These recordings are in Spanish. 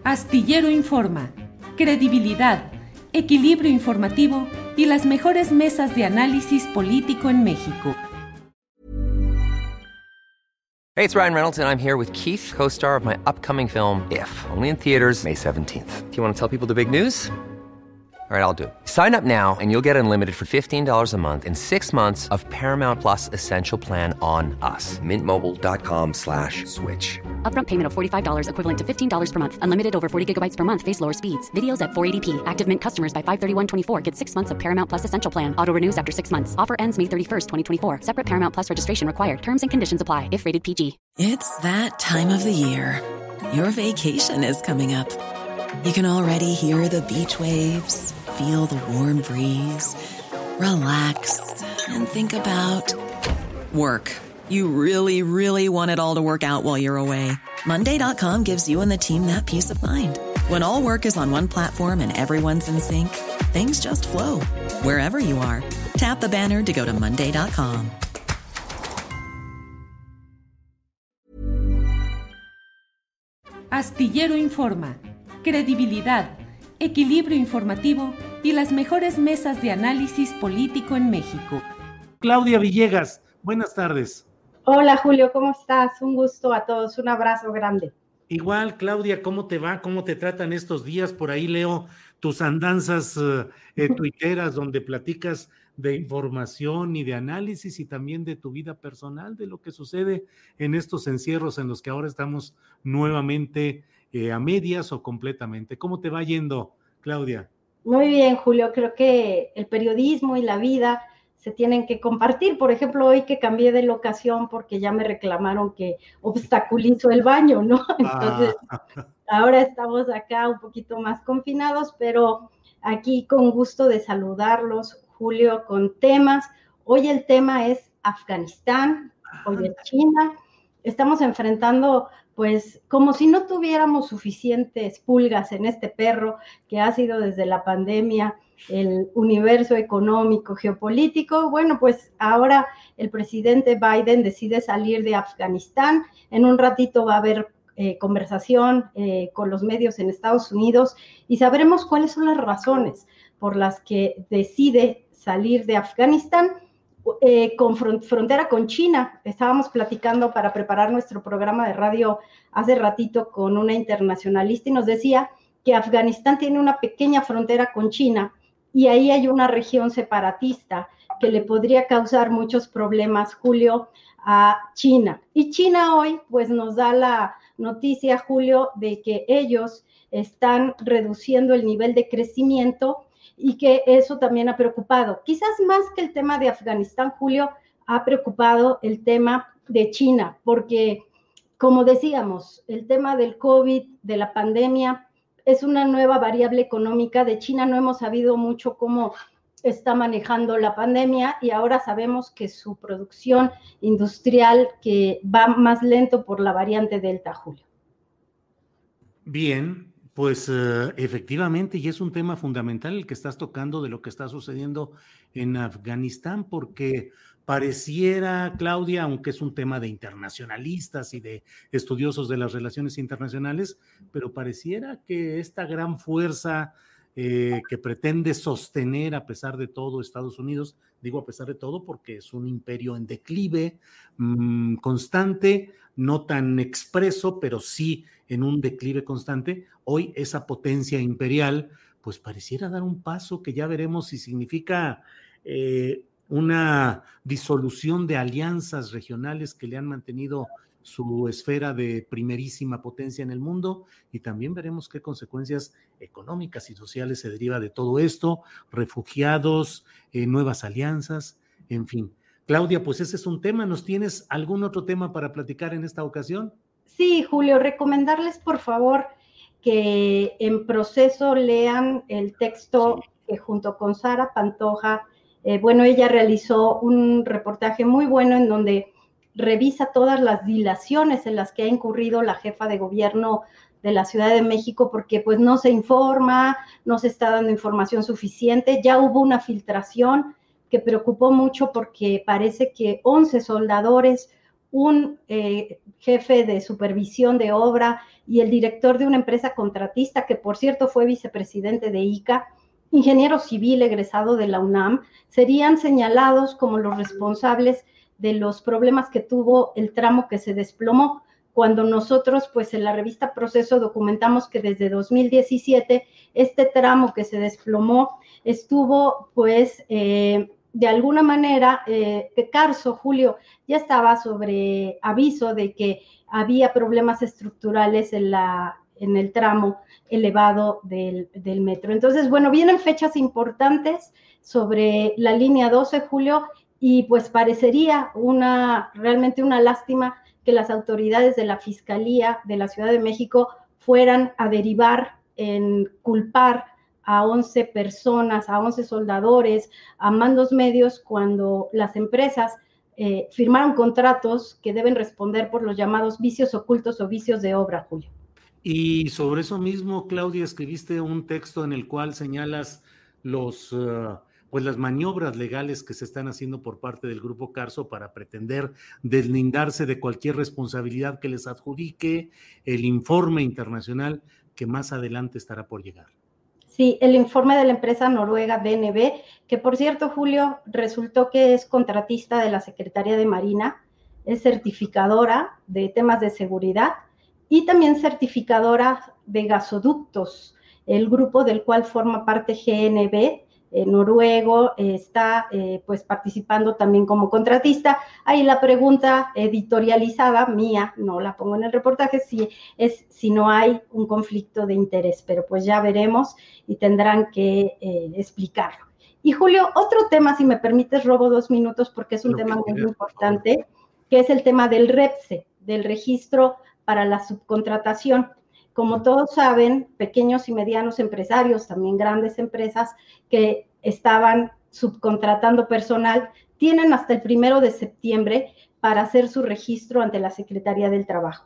Astillero Informa, credibilidad, equilibrio informativo y las mejores mesas de análisis político en México. Hey, it's Ryan Reynolds, and I'm here with Keith, co-star of my upcoming film, If, only in theaters May 17th. Do you want to tell people the big news? All right, I'll do it. Sign up now and you'll get unlimited for $15 a month and 6 months of Paramount Plus Essential Plan on us. MintMobile.com/switch. Upfront payment of $45 equivalent to $15 per month. Unlimited over 40 gigabytes per month. Face lower speeds. Videos at 480p. Active Mint customers by 531.24 get 6 months of Paramount Plus Essential Plan. Auto renews after 6 months. Offer ends May 31st, 2024. Separate Paramount Plus registration required. Terms and conditions apply if rated PG. It's that time of the year. Your vacation is coming up. You can already hear the beach waves, feel the warm breeze, relax, and think about work. You really, really want it all to work out while you're away. Monday.com gives you and the team that peace of mind. When all work is on one platform and everyone's in sync, things just flow. Wherever you are, tap the banner to go to Monday.com. Astillero Informa, credibilidad, equilibrio informativo y las mejores mesas de análisis político en México. Claudia Villegas, buenas tardes. Hola Julio, ¿cómo estás? Un gusto a todos, un abrazo grande. Igual, Claudia, ¿cómo te va? ¿Cómo te tratan estos días? Por ahí leo tus andanzas tuiteras donde platicas de información y de análisis y también de tu vida personal, de lo que sucede en estos encierros en los que ahora estamos nuevamente a medias o completamente. ¿Cómo te va yendo, Claudia? Muy bien, Julio, creo que el periodismo y la vida se tienen que compartir. Por ejemplo, hoy que cambié de locación porque ya me reclamaron que obstaculizo el baño, ¿no? Entonces, ahora estamos acá un poquito más confinados, pero aquí con gusto de saludarlos, Julio, con temas. Hoy el tema es Afganistán, hoy es China. Estamos enfrentando, pues, como si no tuviéramos suficientes pulgas en este perro que ha sido desde la pandemia el universo económico, geopolítico. Bueno, pues ahora el presidente Biden decide salir de Afganistán. En un ratito va a haber conversación con los medios en Estados Unidos y sabremos cuáles son las razones por las que decide salir de Afganistán. Con frontera con China. Estábamos platicando para preparar nuestro programa de radio hace ratito con una internacionalista y nos decía que Afganistán tiene una pequeña frontera con China y ahí hay una región separatista que le podría causar muchos problemas, Julio, a China. Y China hoy pues nos da la noticia, Julio, de que ellos están reduciendo el nivel de crecimiento y que eso también ha preocupado. Quizás más que el tema de Afganistán, Julio, ha preocupado el tema de China, porque, como decíamos, el tema del COVID, de la pandemia, es una nueva variable económica. De China no hemos sabido mucho cómo está manejando la pandemia y ahora sabemos que su producción industrial que va más lento por la variante Delta, Julio. Bien. Pues efectivamente, y es un tema fundamental el que estás tocando de lo que está sucediendo en Afganistán, porque pareciera, Claudia, aunque es un tema de internacionalistas y de estudiosos de las relaciones internacionales, pero pareciera que esta gran fuerza que pretende sostener a pesar de todo Estados Unidos, digo a pesar de todo porque es un imperio en declive constante, no tan expreso, pero sí en un declive constante. Hoy esa potencia imperial pues pareciera dar un paso que ya veremos si significa una disolución de alianzas regionales que le han mantenido su esfera de primerísima potencia en el mundo, y también veremos qué consecuencias económicas y sociales se deriva de todo esto, refugiados, nuevas alianzas, en fin. Claudia, pues ese es un tema. ¿Nos tienes algún otro tema para platicar en esta ocasión? Sí, Julio, recomendarles por favor que en Proceso lean el texto que junto con Sara Pantoja, ella realizó un reportaje muy bueno en donde revisa todas las dilaciones en las que ha incurrido la jefa de gobierno de la Ciudad de México, porque pues no se informa, no se está dando información suficiente. Ya hubo una filtración que preocupó mucho porque parece que 11 soldadores, un jefe de supervisión de obra y el director de una empresa contratista, que por cierto fue vicepresidente de ICA, ingeniero civil egresado de la UNAM, serían señalados como los responsables de los problemas que tuvo el tramo que se desplomó, cuando nosotros, pues en la revista Proceso documentamos que desde 2017 este tramo que se desplomó estuvo, pues, de alguna manera, Carso, Julio, ya estaba sobre aviso de que había problemas estructurales en el tramo elevado del metro. Entonces, bueno, vienen fechas importantes sobre la línea 12, Julio, y pues parecería realmente una lástima que las autoridades de la Fiscalía de la Ciudad de México fueran a derivar en culpar a 11 personas, a 11 soldadores, a mandos medios, cuando las empresas firmaron contratos que deben responder por los llamados vicios ocultos o vicios de obra, Julio. Y sobre eso mismo, Claudia, escribiste un texto en el cual señalas pues las maniobras legales que se están haciendo por parte del Grupo Carso para pretender deslindarse de cualquier responsabilidad que les adjudique el informe internacional que más adelante estará por llegar. Sí, el informe de la empresa noruega DNB, que por cierto, Julio, resultó que es contratista de la Secretaría de Marina, es certificadora de temas de seguridad y también certificadora de gasoductos. El grupo del cual forma parte GNB, noruego, está pues participando también como contratista. Ahí la pregunta editorializada mía, no la pongo en el reportaje, si no hay un conflicto de interés, pero pues ya veremos y tendrán que explicarlo. Y Julio, otro tema, si me permites, robo 2 minutos porque es un tema muy importante, que es el tema del REPSE, del registro para la subcontratación. Como todos saben, pequeños y medianos empresarios, también grandes empresas que estaban subcontratando personal, tienen hasta el 1 de septiembre para hacer su registro ante la Secretaría del Trabajo.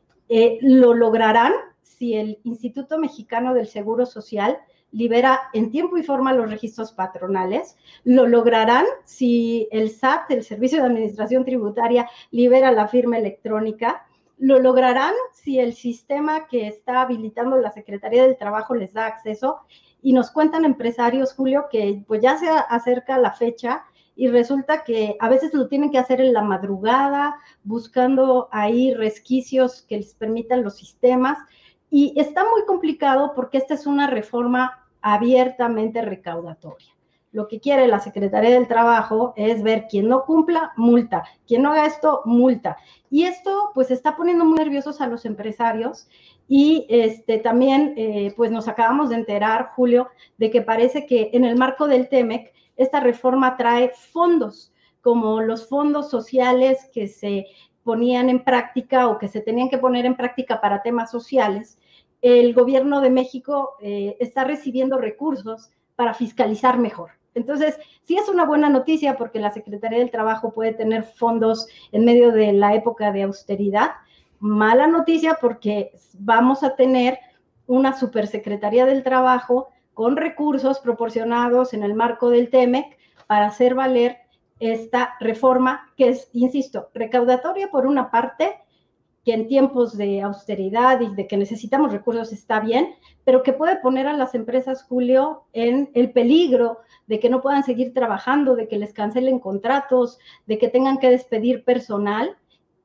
Lo lograrán si el Instituto Mexicano del Seguro Social libera en tiempo y forma los registros patronales, lo lograrán si el SAT, el Servicio de Administración Tributaria, libera la firma electrónica, lo lograrán si el sistema que está habilitando la Secretaría del Trabajo les da acceso, y nos cuentan empresarios, Julio, que pues ya se acerca la fecha y resulta que a veces lo tienen que hacer en la madrugada, buscando ahí resquicios que les permitan los sistemas, y está muy complicado porque esta es una reforma abiertamente recaudatoria. Lo que quiere la Secretaría del Trabajo es ver quién no cumpla, multa, quien no haga esto, multa. Y esto pues está poniendo muy nerviosos a los empresarios y también pues nos acabamos de enterar, Julio, de que parece que en el marco del TEMEC esta reforma trae fondos, como los fondos sociales que se ponían en práctica o que se tenían que poner en práctica para temas sociales. El gobierno de México está recibiendo recursos para fiscalizar mejor. Entonces, sí es una buena noticia porque la Secretaría del Trabajo puede tener fondos en medio de la época de austeridad. Mala noticia porque vamos a tener una Supersecretaría del Trabajo con recursos proporcionados en el marco del TEMEC para hacer valer esta reforma que es, insisto, recaudatoria por una parte, que en tiempos de austeridad y de que necesitamos recursos está bien, pero que puede poner a las empresas, Julio, en el peligro de que no puedan seguir trabajando, de que les cancelen contratos, de que tengan que despedir personal.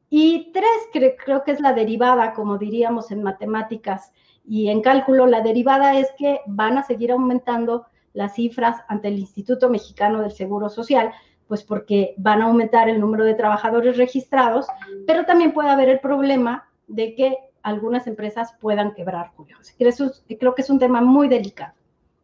Y 3, creo que es la derivada, como diríamos en matemáticas y en cálculo, la derivada es que van a seguir aumentando las cifras ante el Instituto Mexicano del Seguro Social, pues porque van a aumentar el número de trabajadores registrados, pero también puede haber el problema de que algunas empresas puedan quebrar, Julio. Creo que es un tema muy delicado.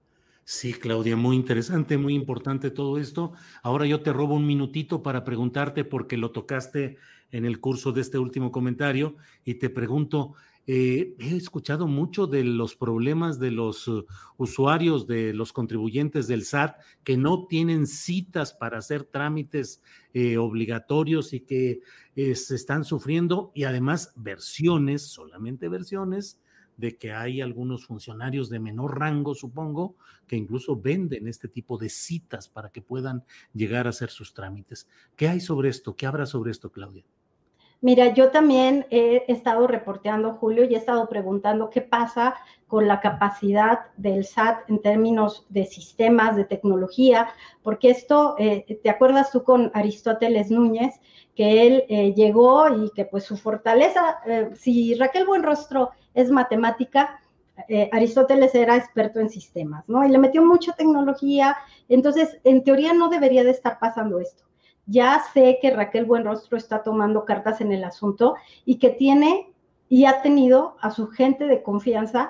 Sí, Claudia, muy interesante, muy importante todo esto. Ahora yo te robo un minutito para preguntarte, porque lo tocaste en el curso de este último comentario, y te pregunto, he escuchado mucho de los problemas de los usuarios, de los contribuyentes del SAT, que no tienen citas para hacer trámites obligatorios y que se están sufriendo, y además versiones, solamente versiones, de que hay algunos funcionarios de menor rango, supongo, que incluso venden este tipo de citas para que puedan llegar a hacer sus trámites. ¿Qué hay sobre esto? ¿Qué habrá sobre esto, Claudia? Mira, yo también he estado reporteando, Julio, y he estado preguntando qué pasa con la capacidad del SAT en términos de sistemas, de tecnología, porque esto, ¿te acuerdas tú con Aristóteles Núñez? Que él llegó y que pues su fortaleza, si Raquel Buenrostro es matemática, Aristóteles era experto en sistemas, ¿no? Y le metió mucha tecnología, entonces en teoría no debería de estar pasando esto. Ya sé que Raquel Buenrostro está tomando cartas en el asunto y que tiene y ha tenido a su gente de confianza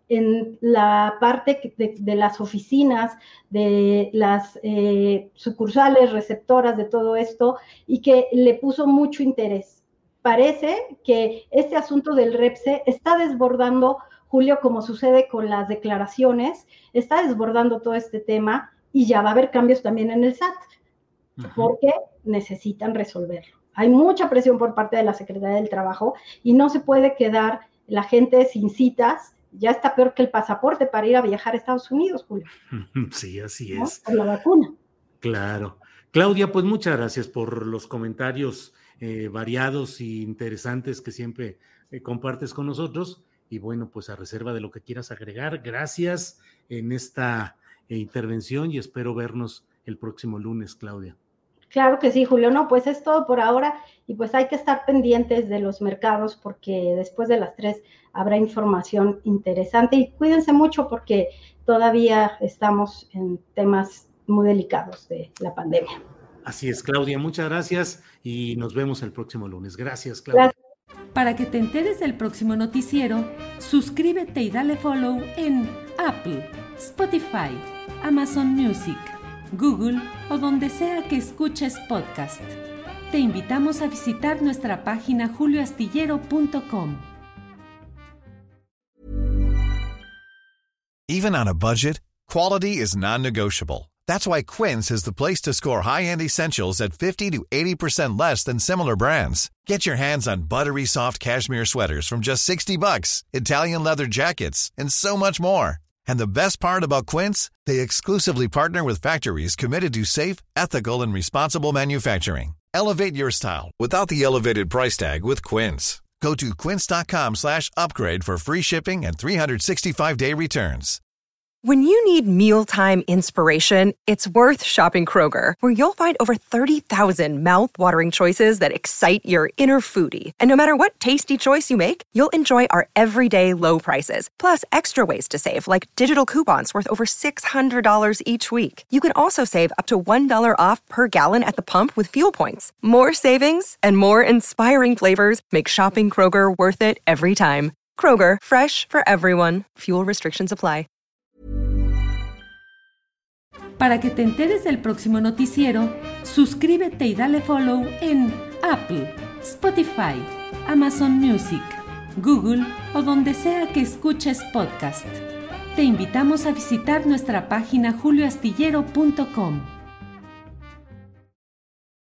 en la parte de las oficinas, de las sucursales, receptoras de todo esto, y que le puso mucho interés. Parece que este asunto del REPSE está desbordando, Julio, como sucede con las declaraciones, está desbordando todo este tema y ya va a haber cambios también en el SAT. Porque necesitan resolverlo. Hay mucha presión por parte de la Secretaría del Trabajo y no se puede quedar la gente sin citas. Ya está peor que el pasaporte para ir a viajar a Estados Unidos, Julio. Sí, así ¿no? es. Por la vacuna. Claro. Claudia, pues muchas gracias por los comentarios variados e interesantes que siempre compartes con nosotros. Y bueno, pues a reserva de lo que quieras agregar, gracias en esta intervención y espero vernos el próximo lunes, Claudia. Claro que sí, Julio. No, pues es todo por ahora y pues hay que estar pendientes de los mercados porque después de las 3 habrá información interesante y cuídense mucho porque todavía estamos en temas muy delicados de la pandemia. Así es, Claudia, muchas gracias y nos vemos el próximo lunes. Gracias, Claudia. Gracias. Para que te enteres del próximo noticiero, suscríbete y dale follow en Apple, Spotify, Amazon Music, Google o donde sea que escuches podcast. Te invitamos a visitar nuestra página julioastillero.com. Even on a budget, quality is non-negotiable. That's why Quince is the place to score high-end essentials at 50 to 80% less than similar brands. Get your hands on buttery soft cashmere sweaters from just $60, Italian leather jackets, and so much more. And the best part about Quince, they exclusively partner with factories committed to safe, ethical, and responsible manufacturing. Elevate your style without the elevated price tag with Quince. Go to quince.com/upgrade for free shipping and 365-day returns. When you need mealtime inspiration, it's worth shopping Kroger, where you'll find over 30,000 mouth-watering choices that excite your inner foodie. And no matter what tasty choice you make, you'll enjoy our everyday low prices, plus extra ways to save, like digital coupons worth over $600 each week. You can also save up to $1 off per gallon at the pump with fuel points. More savings and more inspiring flavors make shopping Kroger worth it every time. Kroger, fresh for everyone. Fuel restrictions apply. Para que te enteres del próximo noticiero, suscríbete y dale follow en Apple, Spotify, Amazon Music, Google o donde sea que escuches podcast. Te invitamos a visitar nuestra página julioastillero.com.